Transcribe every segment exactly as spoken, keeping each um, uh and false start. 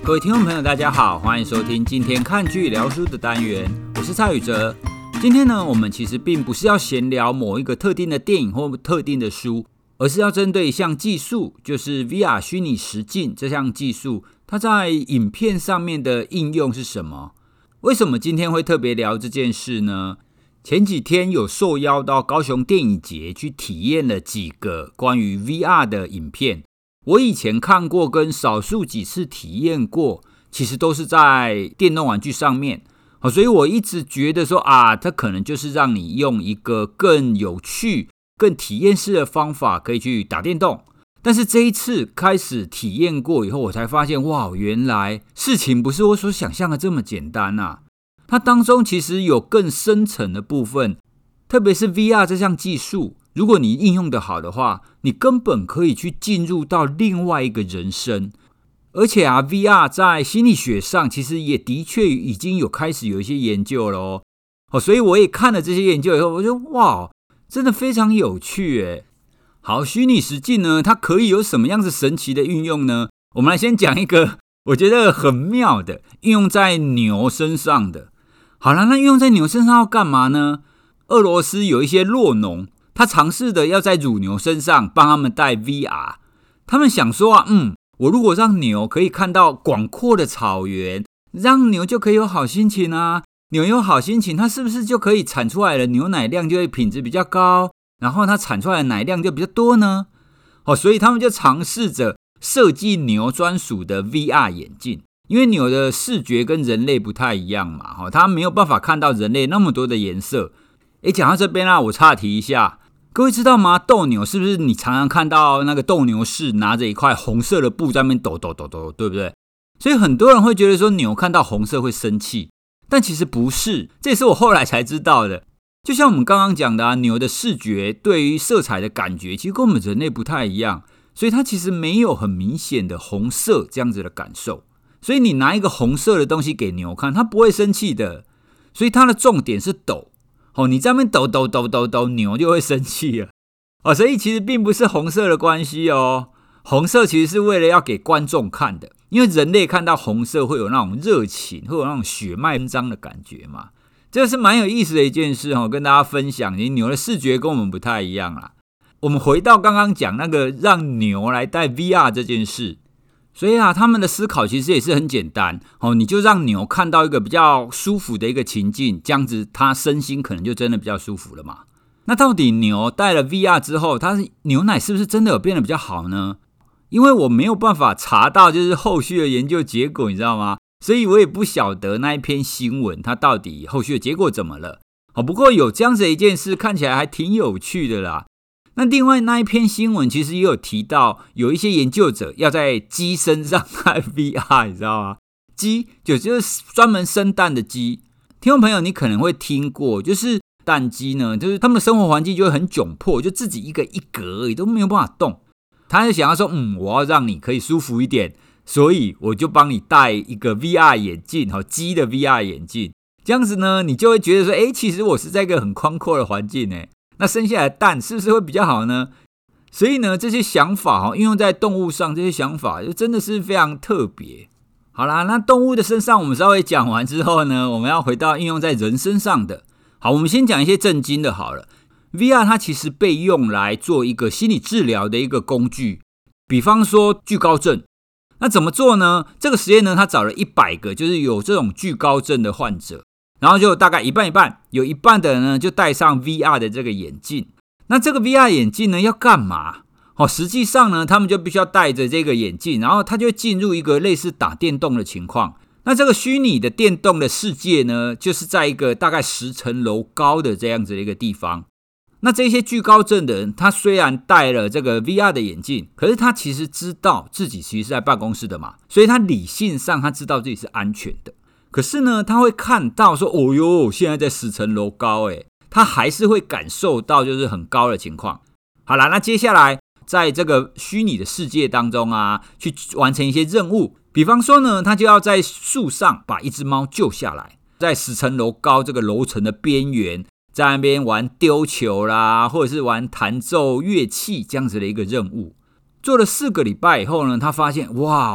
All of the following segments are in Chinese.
各位听众朋友大家好，欢迎收听今天看剧聊书的单元，我是蔡宇哲。今天呢，我们其实并不是要闲聊某一个特定的电影或特定的书，而是要针对一项技术，就是 V R 虚拟实境这项技术，它在影片上面的应用是什么？为什么今天会特别聊这件事呢？前几天有受邀到高雄电影节去体验了几个关于 V R 的影片，我以前看过跟少数几次体验过，其实都是在电动玩具上面，所以我一直觉得说啊，它可能就是让你用一个更有趣、更体验式的方法可以去打电动。但是这一次开始体验过以后，我才发现哇，原来事情不是我所想象的这么简单啊！它当中其实有更深层的部分，特别是 V R 这项技术，如果你应用得好的话，你根本可以去进入到另外一个人生。而且啊 ，V R 在心理学上其实也的确已经有开始有一些研究了哦。哦，所以我也看了这些研究以后，我就哇，真的非常有趣耶。好，虚拟实境呢，它可以有什么样子神奇的运用呢？我们来先讲一个我觉得很妙的，运用在牛身上的。好了，那运用在牛身上要干嘛呢？俄罗斯有一些酪农，他尝试的要在乳牛身上帮他们戴 V R。他们想说啊，嗯，我如果让牛可以看到广阔的草原，让牛就可以有好心情啊。牛有好心情，它是不是就可以产出来的牛奶量就会品质比较高，然后它产出来的奶量就比较多呢？哦，所以他们就尝试着设计牛专属的 V R 眼镜。因为牛的视觉跟人类不太一样嘛，它没有办法看到人类那么多的颜色。诶，讲到这边啊，我岔题一下，各位知道吗？斗牛是不是你常常看到那个斗牛士拿着一块红色的布在那边抖抖抖抖，对不对？所以很多人会觉得说牛看到红色会生气，但其实不是，这也是我后来才知道的。就像我们刚刚讲的啊，牛的视觉对于色彩的感觉其实跟我们人类不太一样，所以它其实没有很明显的红色这样子的感受。所以你拿一个红色的东西给牛看，它不会生气的。所以它的重点是抖，哦，你在那边抖抖抖抖抖，牛就会生气了。哦，所以其实并不是红色的关系哦，红色其实是为了要给观众看的，因为人类看到红色会有那种热情，会有那种血脉喷张的感觉嘛。这是蛮有意思的一件事哦，跟大家分享。牛的视觉跟我们不太一样啦。我们回到刚刚讲那个让牛来戴 V R 这件事。所以啊，他们的思考其实也是很简单哦，你就让牛看到一个比较舒服的一个情境，这样子它身心可能就真的比较舒服了嘛。那到底牛戴了 V R 之后，它牛奶是不是真的有变得比较好呢？因为我没有办法查到就是后续的研究结果，你知道吗？所以我也不晓得那一篇新闻它到底后续的结果怎么了。哦，不过有这样子的一件事，看起来还挺有趣的啦。那另外那一篇新闻其实也有提到，有一些研究者要在鸡身上戴 V R， 你知道吗？鸡就就是专门生蛋的鸡。听众朋友，你可能会听过，就是蛋鸡呢，就是他们的生活环境就会很窘迫，就自己一个一格而已，都没有办法动。他就想要说，嗯，我要让你可以舒服一点，所以我就帮你戴一个 V R 眼镜，鸡的 V R 眼镜。这样子呢，你就会觉得说，哎，其实我是在一个很宽阔的环境诶。那生下来的蛋是不是会比较好呢？所以呢，这些想法运用在动物上，这些想法就真的是非常特别。好啦，那动物的身上我们稍微讲完之后呢，我们要回到应用在人身上的。好，我们先讲一些正经的好了。V R 它其实被用来做一个心理治疗的一个工具，比方说惧高症。那怎么做呢？这个实验呢，他找了一百个就是有这种惧高症的患者。然后就大概一半一半，有一半的人呢就戴上 V R 的这个眼镜。那这个 V R 眼镜呢要干嘛？哦，实际上呢，他们就必须要戴着这个眼镜，然后他就会进入一个类似打电动的情况。那这个虚拟的电动的世界呢，就是在一个大概十层楼高的这样子的一个地方。那这些惧高症的人，他虽然戴了这个 V R 的眼镜，可是他其实知道自己其实是在办公室的嘛，所以他理性上他知道自己是安全的。可是呢，他会看到说，哦哟，现在在十层楼高，诶，他还是会感受到就是很高的情况。好啦，那接下来在这个虚拟的世界当中啊，去完成一些任务。比方说呢，他就要在树上把一只猫救下来，在十层楼高这个楼层的边缘，在那边玩丢球啦，或者是玩弹奏乐器这样子的一个任务。做了四个礼拜以后呢，他发现哇，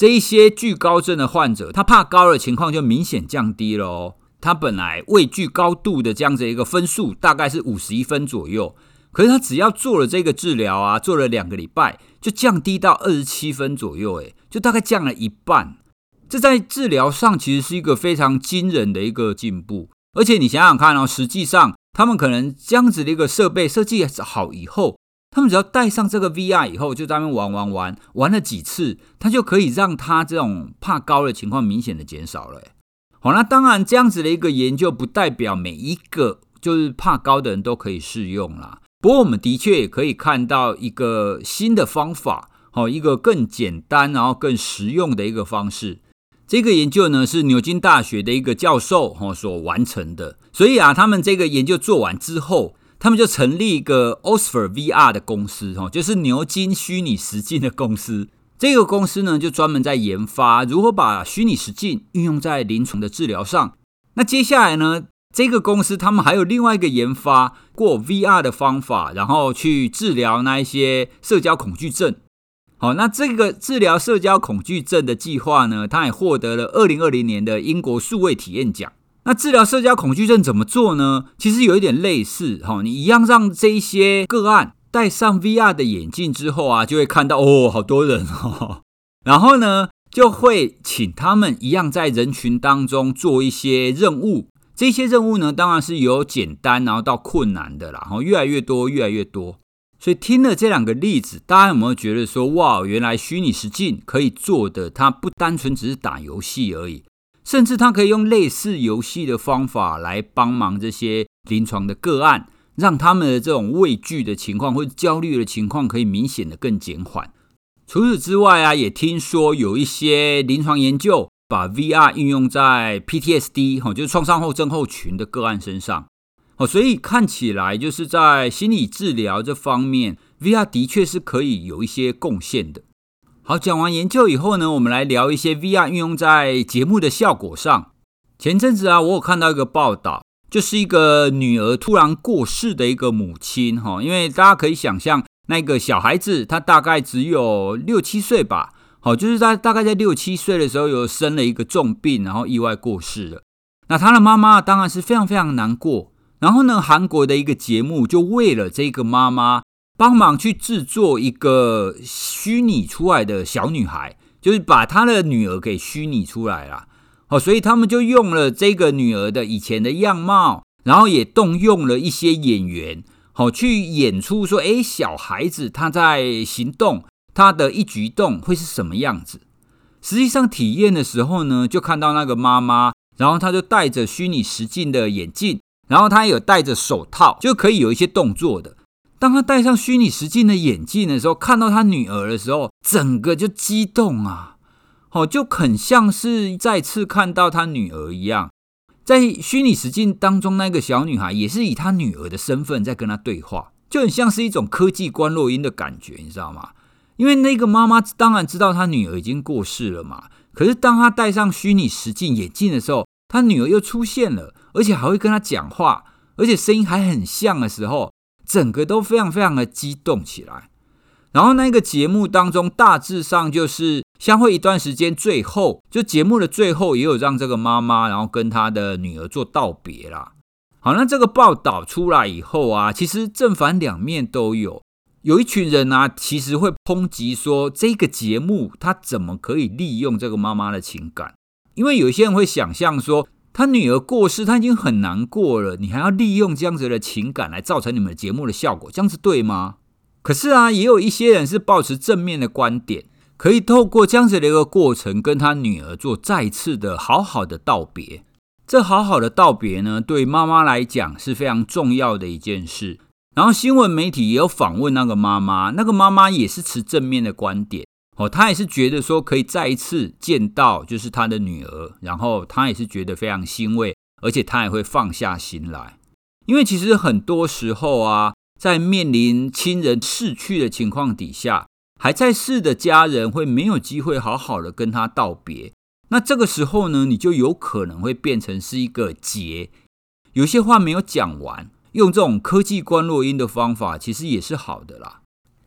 这一些惧高症的患者，他怕高的情况就明显降低了哦。他本来畏惧高度的这样子一个分数大概是五十一分左右，可是他只要做了这个治疗啊，做了两个礼拜，就降低到二十七分左右，诶，就大概降了一半。这在治疗上其实是一个非常惊人的一个进步。而且你想想看哦，实际上他们可能这样子的一个设备设计好以后，他们只要戴上这个 V R 以后，就在那边玩玩玩，玩了几次，他就可以让他这种怕高的情况明显的减少了。好，那当然这样子的一个研究不代表每一个就是怕高的人都可以适用啦。不过我们的确也可以看到一个新的方法，一个更简单然后更实用的一个方式。这个研究呢是牛津大学的一个教授所完成的，所以啊，他们这个研究做完之后，他们就成立一个 Oxford V R 的公司，就是牛津虚拟实境的公司。这个公司呢就专门在研发如何把虚拟实境运用在临床的治疗上。那接下来呢，这个公司他们还有另外一个研发过 V R 的方法，然后去治疗那一些社交恐惧症。好，那这个治疗社交恐惧症的计划呢，它也获得了二零二零年的英国数位体验奖。那治疗社交恐惧症怎么做呢？其实有一点类似，你一样让这一些个案戴上 V R 的眼镜之后啊，就会看到哦，好多人哦，然后呢，就会请他们一样在人群当中做一些任务。这些任务呢，当然是由简单然后到困难的啦，越来越多，越来越多。所以听了这两个例子，大家有没有觉得说，哇，原来虚拟实境可以做的，它不单纯只是打游戏而已，甚至它可以用类似游戏的方法来帮忙这些临床的个案，让他们的这种畏惧的情况或者焦虑的情况可以明显的更减缓。除此之外啊，也听说有一些临床研究把 V R 运用在 P T S D， 就是创伤后症候群的个案身上。所以看起来就是在心理治疗这方面 V R 的确是可以有一些贡献的。好，讲完研究以后呢，我们来聊一些 V R 运用在节目的效果上。前阵子啊，我有看到一个报道，就是一个女儿突然过世的一个母亲，因为大家可以想象那个小孩子他大概只有六七岁吧，就是在大概在六七岁的时候有生了一个重病，然后意外过世了。那他的妈妈当然是非常非常难过。然后呢，韩国的一个节目就为了这个妈妈帮忙去制作一个虚拟出来的小女孩，就是把她的女儿给虚拟出来啦。哦，所以他们就用了这个女儿的以前的样貌，然后也动用了一些演员，好去演出说，诶，小孩子她在行动，她的一举一动会是什么样子。实际上体验的时候呢，就看到那个妈妈，然后她就戴着虚拟实境的眼镜，然后他也有戴着手套，就可以有一些动作的。当他戴上虚拟实境的眼镜的时候，看到他女儿的时候，整个就激动啊，哦，就很像是再次看到他女儿一样。在虚拟实境当中，那个小女孩也是以他女儿的身份在跟他对话，就很像是一种科技观落阴的感觉，你知道吗？因为那个妈妈当然知道他女儿已经过世了嘛，可是当他戴上虚拟实境眼镜的时候，他女儿又出现了，而且还会跟他讲话，而且声音还很像的时候，整个都非常非常的激动起来。然后那个节目当中大致上就是相会一段时间，最后就节目的最后也有让这个妈妈然后跟她的女儿做道别啦。好，那这个报道出来以后啊，其实正反两面都有。有一群人啊，其实会抨击说这个节目它怎么可以利用这个妈妈的情感，因为有一些人会想象说，他女儿过世，他已经很难过了，你还要利用这样子的情感来造成你们节目的效果，这样子对吗？可是啊，也有一些人是抱持正面的观点，可以透过这样子的一个过程，跟他女儿做再次的好好的道别。这好好的道别呢，对妈妈来讲是非常重要的一件事。然后新闻媒体也有访问那个妈妈，那个妈妈也是持正面的观点。哦，他也是觉得说可以再一次见到就是他的女儿，然后他也是觉得非常欣慰，而且他也会放下心来。因为其实很多时候啊，在面临亲人逝去的情况底下，还在世的家人会没有机会好好的跟他道别。那这个时候呢，你就有可能会变成是一个结，有些话没有讲完，用这种科技观落阴的方法其实也是好的啦。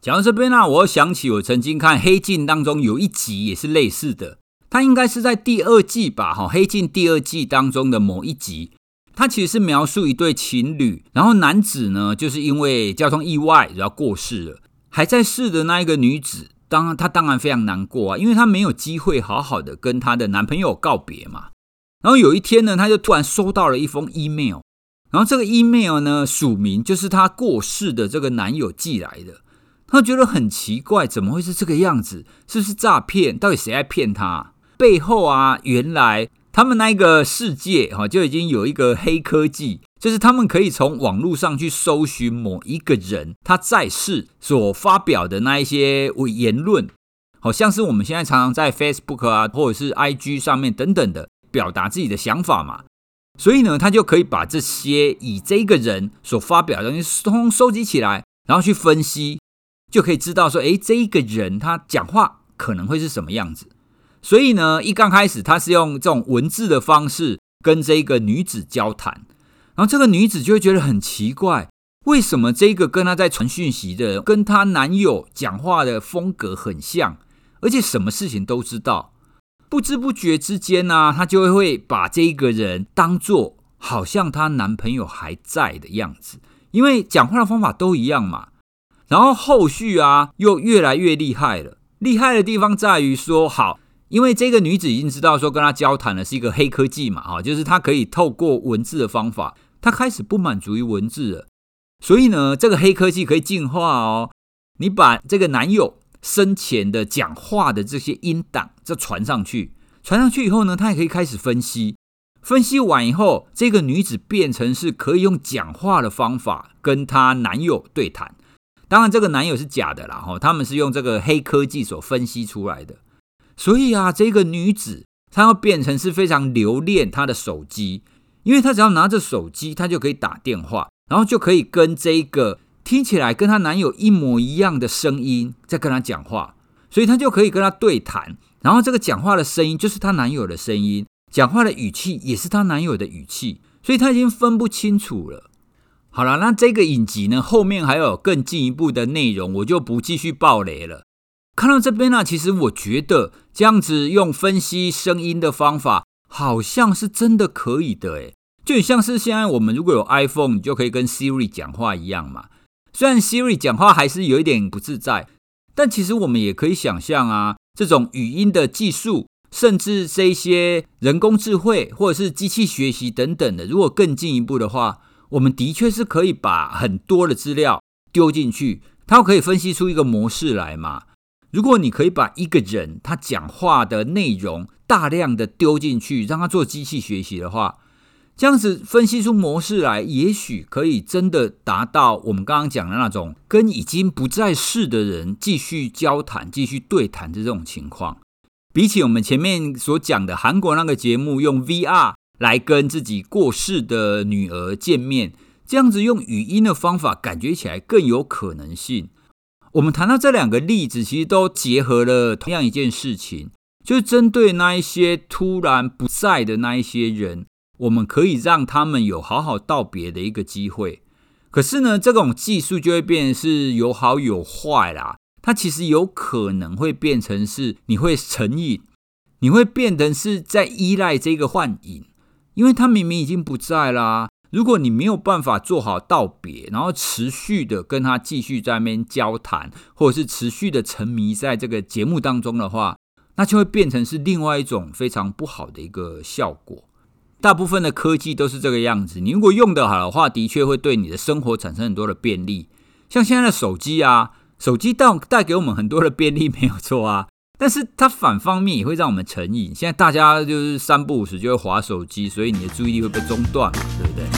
讲到这边啊，我又想起我曾经看《黑镜》当中有一集也是类似的，它应该是在第二季吧，《黑镜》第二季当中的某一集，它其实是描述一对情侣，然后男子呢就是因为交通意外然后过世了，还在世的那一个女子，当然她当然非常难过啊，因为她没有机会好好的跟她的男朋友告别嘛。然后有一天呢，她就突然收到了一封 email， 然后这个 email 呢署名就是她过世的这个男友寄来的。他觉得很奇怪，怎么会是这个样子？是不是诈骗？到底谁在骗他？背后啊，原来他们那个世界就已经有一个黑科技，就是他们可以从网络上去搜寻某一个人他在世所发表的那一些言论，好像是我们现在常常在 Facebook 啊，或者是 I G 上面等等的表达自己的想法嘛。所以呢，他就可以把这些以这个人所发表的东西通通收集起来，然后去分析。就可以知道说，诶，这一个人他讲话可能会是什么样子。所以呢，一刚开始他是用这种文字的方式跟这个女子交谈，然后这个女子就会觉得很奇怪，为什么这个跟他在传讯息的人跟她男友讲话的风格很像，而且什么事情都知道。不知不觉之间呢、啊，她就会把这一个人当作好像她男朋友还在的样子，因为讲话的方法都一样嘛。然后后续啊，又越来越厉害了。厉害的地方在于说，好，因为这个女子已经知道说跟她交谈的是一个黑科技嘛，就是她可以透过文字的方法，她开始不满足于文字了。所以呢，这个黑科技可以进化哦。你把这个男友生前的讲话的这些音档，这传上去，传上去以后呢，她也可以开始分析。分析完以后，这个女子变成是可以用讲话的方法跟她男友对谈。当然这个男友是假的啦，他们是用这个黑科技所分析出来的。所以啊，这个女子她要变成是非常留恋她的手机，因为她只要拿着手机，她就可以打电话，然后就可以跟这个听起来跟她男友一模一样的声音在跟她讲话，所以她就可以跟她对谈，然后这个讲话的声音就是她男友的声音，讲话的语气也是她男友的语气，所以她已经分不清楚了。好了，那这个影集呢，后面还有更进一步的内容，我就不继续爆雷了。看到这边呢、啊，其实我觉得这样子用分析声音的方法，好像是真的可以的诶，就很像是现在我们如果有 iPhone， 你就可以跟 Siri 讲话一样嘛。虽然 Siri 讲话还是有一点不自在，但其实我们也可以想象啊，这种语音的技术，甚至这些人工智慧或者是机器学习等等的，如果更进一步的话，我们的确是可以把很多的资料丢进去，它可以分析出一个模式来嘛。如果你可以把一个人他讲话的内容大量的丢进去，让他做机器学习的话，这样子分析出模式来，也许可以真的达到我们刚刚讲的那种跟已经不在世的人继续交谈、继续对谈的这种情况。比起我们前面所讲的韩国那个节目用 V R来跟自己过世的女儿见面，这样子用语音的方法感觉起来更有可能性。我们谈到这两个例子，其实都结合了同样一件事情，就是针对那一些突然不在的那一些人，我们可以让他们有好好道别的一个机会。可是呢，这种技术就会变成是有好有坏啦，它其实有可能会变成是你会成瘾，你会变成是在依赖这个幻影，因为他明明已经不在啦。如果你没有办法做好道别，然后持续的跟他继续在那边交谈，或者是持续的沉迷在这个节目当中的话，那就会变成是另外一种非常不好的一个效果。大部分的科技都是这个样子，你如果用得好的话，的确会对你的生活产生很多的便利。像现在的手机啊，手机带给我们很多的便利没有错啊，但是它反方面也会让我们成瘾。现在大家就是三不五时就会滑手机，所以你的注意力会被中断嘛，对不对？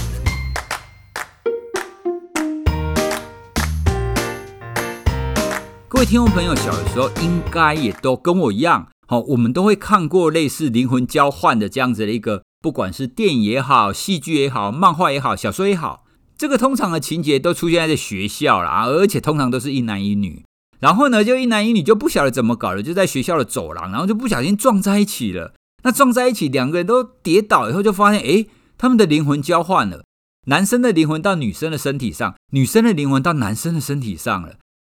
各位听众朋友，小的时候应该也都跟我一样，我们都会看过类似灵魂交换的这样子的一个，不管是电影也好、戏剧也好、漫画也好、小说也好，这个通常的情节都出现在学校啦，而且通常都是一男一女。然后呢，就一男一女就不晓得怎么搞了，就在学校的走廊，然后就不小心撞在一起了。那撞在一起，两个人都跌倒以后，就发现，诶，他们的灵魂交换了，男生的灵魂到女生的身体上，女生的灵魂到男生的身体上了。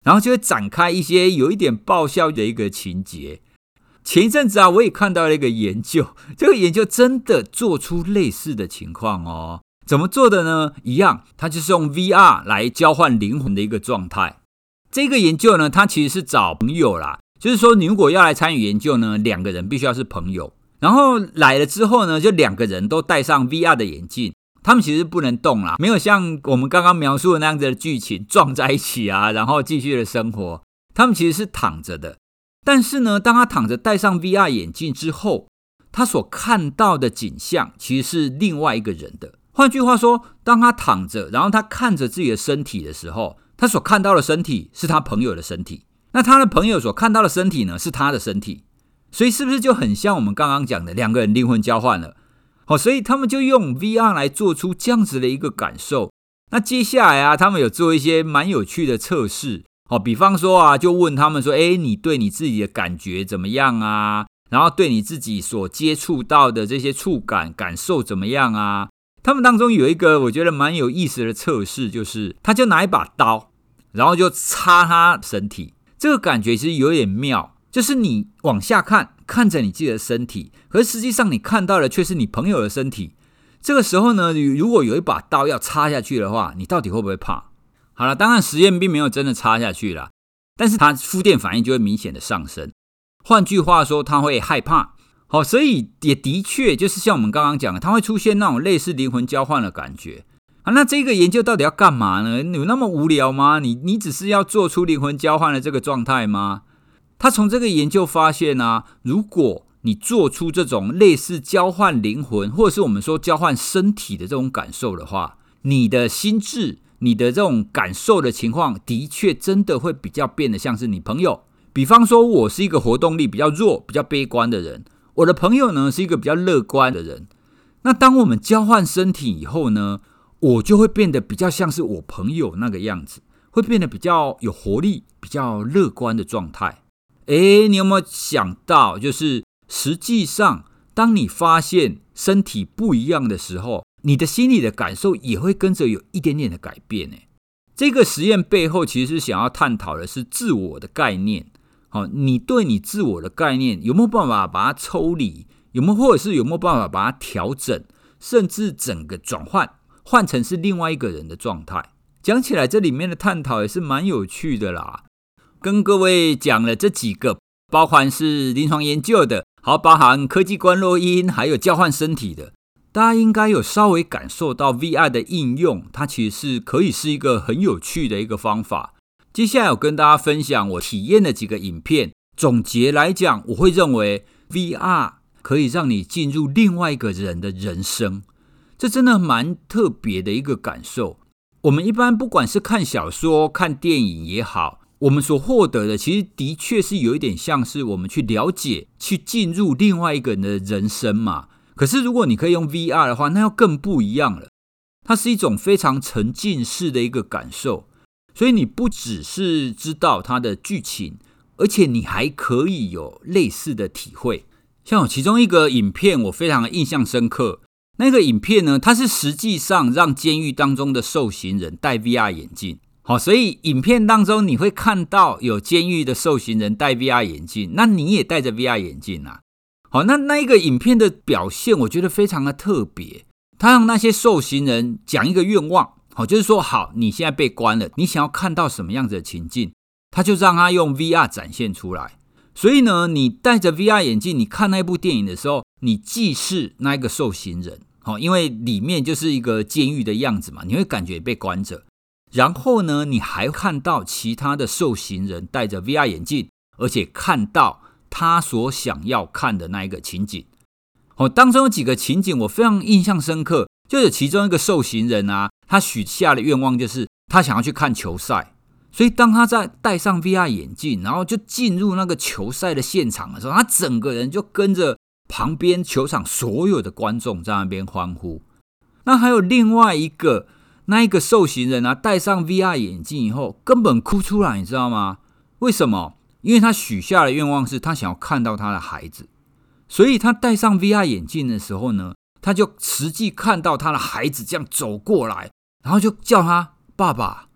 然后就会展开一些有一点爆笑的一个情节。前一阵子啊，我也看到了一个研究，这个研究真的做出类似的情况哦。怎么做的呢？一样，它就是用 V R 来交换灵魂的一个状态。这个研究呢，它其实是找朋友啦，就是说你如果要来参与研究呢，两个人必须要是朋友，然后来了之后呢，就两个人都戴上 V R 的眼镜，他们其实不能动啦，没有像我们刚刚描述的那样子的剧情撞在一起啊，然后继续的生活，他们其实是躺着的。但是呢，当他躺着戴上 V R 眼镜之后，他所看到的景象其实是另外一个人的。换句话说，当他躺着，然后他看着自己的身体的时候，他所看到的身体是他朋友的身体，那他的朋友所看到的身体呢，是他的身体。所以是不是就很像我们刚刚讲的两个人灵魂交换了？好，所以他们就用 V R 来做出这样子的一个感受。那接下来啊，他们有做一些蛮有趣的测试。好，比方说啊，就问他们说，诶，你对你自己的感觉怎么样啊？然后对你自己所接触到的这些触感感受怎么样啊？他们当中有一个我觉得蛮有意思的测试，就是他就拿一把刀，然后就插他身体。这个感觉其实有点妙，就是你往下看，看着你自己的身体，可是实际上你看到的却是你朋友的身体。这个时候呢，如果有一把刀要插下去的话，你到底会不会怕？好了，当然实验并没有真的插下去啦，但是它肤电反应就会明显的上升。换句话说，它会害怕。好，所以也的确就是像我们刚刚讲的，它会出现那种类似灵魂交换的感觉。好，那这个研究到底要干嘛呢？有那么无聊吗？你你只是要做出灵魂交换的这个状态吗？他从这个研究发现啊，如果你做出这种类似交换灵魂，或者是我们说交换身体的这种感受的话，你的心智你的这种感受的情况的确真的会比较变得像是你朋友。比方说我是一个活动力比较弱比较悲观的人，我的朋友呢是一个比较乐观的人，那当我们交换身体以后呢，我就会变得比较像是我朋友那个样子，会变得比较有活力比较乐观的状态。诶，你有没有想到，就是实际上当你发现身体不一样的时候，你的心理的感受也会跟着有一点点的改变。这个实验背后其实是想要探讨的是自我的概念。好，你对你自我的概念有没有办法把它抽离，有没有或者是有没有办法把它调整，甚至整个转换换成是另外一个人的状态。讲起来这里面的探讨也是蛮有趣的啦。跟各位讲了这几个，包含是临床研究的，好，包含科技观落阴，还有交换身体的，大家应该有稍微感受到 V R 的应用，它其实是可以是一个很有趣的一个方法。接下来我跟大家分享我体验的几个影片，总结来讲，我会认为 V R 可以让你进入另外一个人的人生，这真的蛮特别的一个感受。我们一般不管是看小说看电影也好，我们所获得的其实的确是有一点像是我们去了解去进入另外一个人的人生嘛。可是如果你可以用 V R 的话，那要更不一样了，它是一种非常沉浸式的一个感受。所以你不只是知道它的剧情，而且你还可以有类似的体会。像有其中一个影片我非常的印象深刻，那个影片呢，它是实际上让监狱当中的受刑人戴 V R 眼镜。好，所以影片当中你会看到有监狱的受刑人戴 V R 眼镜，那你也戴着 V R 眼镜啊。好，那那一个影片的表现我觉得非常的特别，他让那些受刑人讲一个愿望，好，就是说好，你现在被关了，你想要看到什么样子的情境，他就让他用 V R 展现出来。所以呢，你戴着 V R 眼镜，你看那部电影的时候，你既是那一个受刑人，好，因为里面就是一个监狱的样子嘛，你会感觉被关着。然后呢，你还看到其他的受刑人戴着 V R 眼镜，而且看到他所想要看的那一个情景。哦，当中有几个情景我非常印象深刻，就有其中一个受刑人啊，他许下的愿望就是他想要去看球赛，所以当他在戴上 V R 眼镜，然后就进入那个球赛的现场的时候，他整个人就跟着旁边球场所有的观众在那边欢呼。那还有另外一个那一个受刑人啊，戴上 V R 眼镜以后根本哭出来，你知道吗？为什么？因为他许下的愿望是他想要看到他的孩子，所以他戴上 V R 眼镜的时候呢，他就实际看到他的孩子这样走过来，然后就叫他爸爸，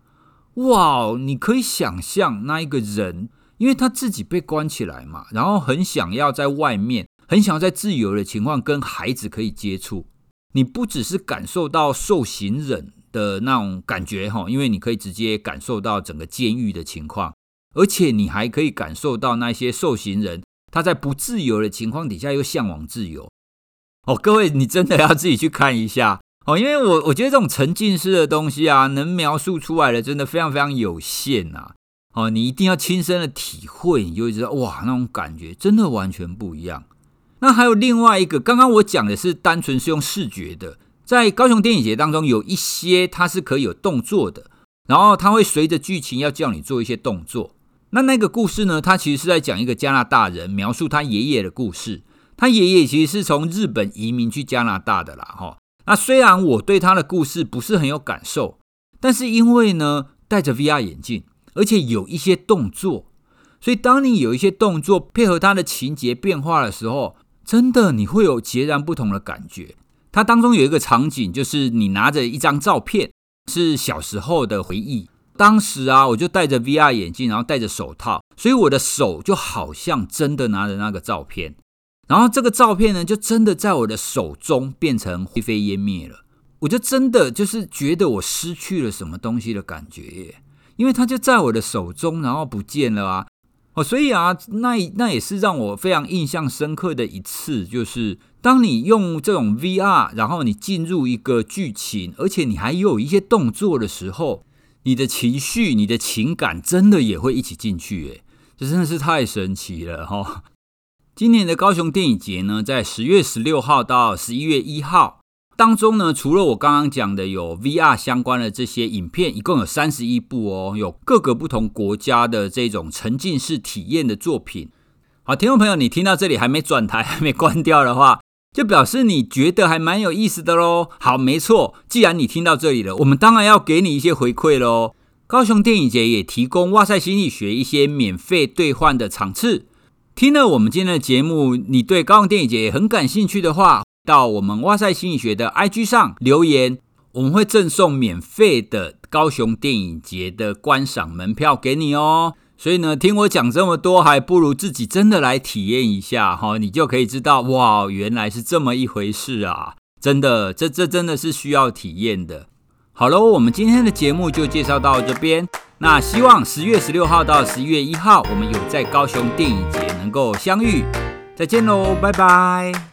哇，你可以想象那一个人，因为他自己被关起来嘛，然后很想要在外面，很想要在自由的情况跟孩子可以接触。你不只是感受到受刑人的那种感觉，因为你可以直接感受到整个监狱的情况，而且你还可以感受到那些受刑人他在不自由的情况底下又向往自由。哦，各位你真的要自己去看一下哦，因为我我觉得这种沉浸式的东西啊，能描述出来的真的非常非常有限啊。哦，你一定要亲身的体会，你就会知道哇，那种感觉真的完全不一样。那还有另外一个，刚刚我讲的是单纯是用视觉的，在高雄电影节当中有一些它是可以有动作的，然后它会随着剧情要叫你做一些动作。那那个故事呢，它其实是在讲一个加拿大人描述他爷爷的故事。他爷爷其实是从日本移民去加拿大的啦。那虽然我对他的故事不是很有感受，但是因为呢戴着 V R 眼镜，而且有一些动作，所以当你有一些动作配合他的情节变化的时候，真的你会有截然不同的感觉。它当中有一个场景，就是你拿着一张照片，是小时候的回忆。当时啊，我就戴着 V R 眼镜，然后戴着手套，所以我的手就好像真的拿着那个照片，然后这个照片呢，就真的在我的手中变成灰飞烟灭了。我就真的就是觉得我失去了什么东西的感觉耶，因为它就在我的手中，然后不见了啊。哦，所以啊，那那也是让我非常印象深刻的一次，就是当你用这种 V R， 然后你进入一个剧情，而且你还有一些动作的时候，你的情绪、你的情感真的也会一起进去耶，这真的是太神奇了齁。今年的高雄电影节呢，在十月十六号到十一月一号当中呢，除了我刚刚讲的有 V R 相关的这些影片，一共有三十一部哦，有各个不同国家的这种沉浸式体验的作品。好，听众朋友，你听到这里还没转台，还没关掉的话，就表示你觉得还蛮有意思的咯。好，没错，既然你听到这里了，我们当然要给你一些回馈咯。高雄电影节也提供哇塞心理学一些免费兑换的场次。听了我们今天的节目，你对高雄电影节也很感兴趣的话，到我们哇塞心理学的 I G 上留言，我们会赠送免费的高雄电影节的观赏门票给你哦。所以呢，听我讲这么多，还不如自己真的来体验一下，你就可以知道，哇，原来是这么一回事啊！真的，这这真的是需要体验的。好咯，我们今天的节目就介绍到这边。那希望十月十六号到十一月一号，我们有在高雄电影节能够相遇。再见咯，拜拜。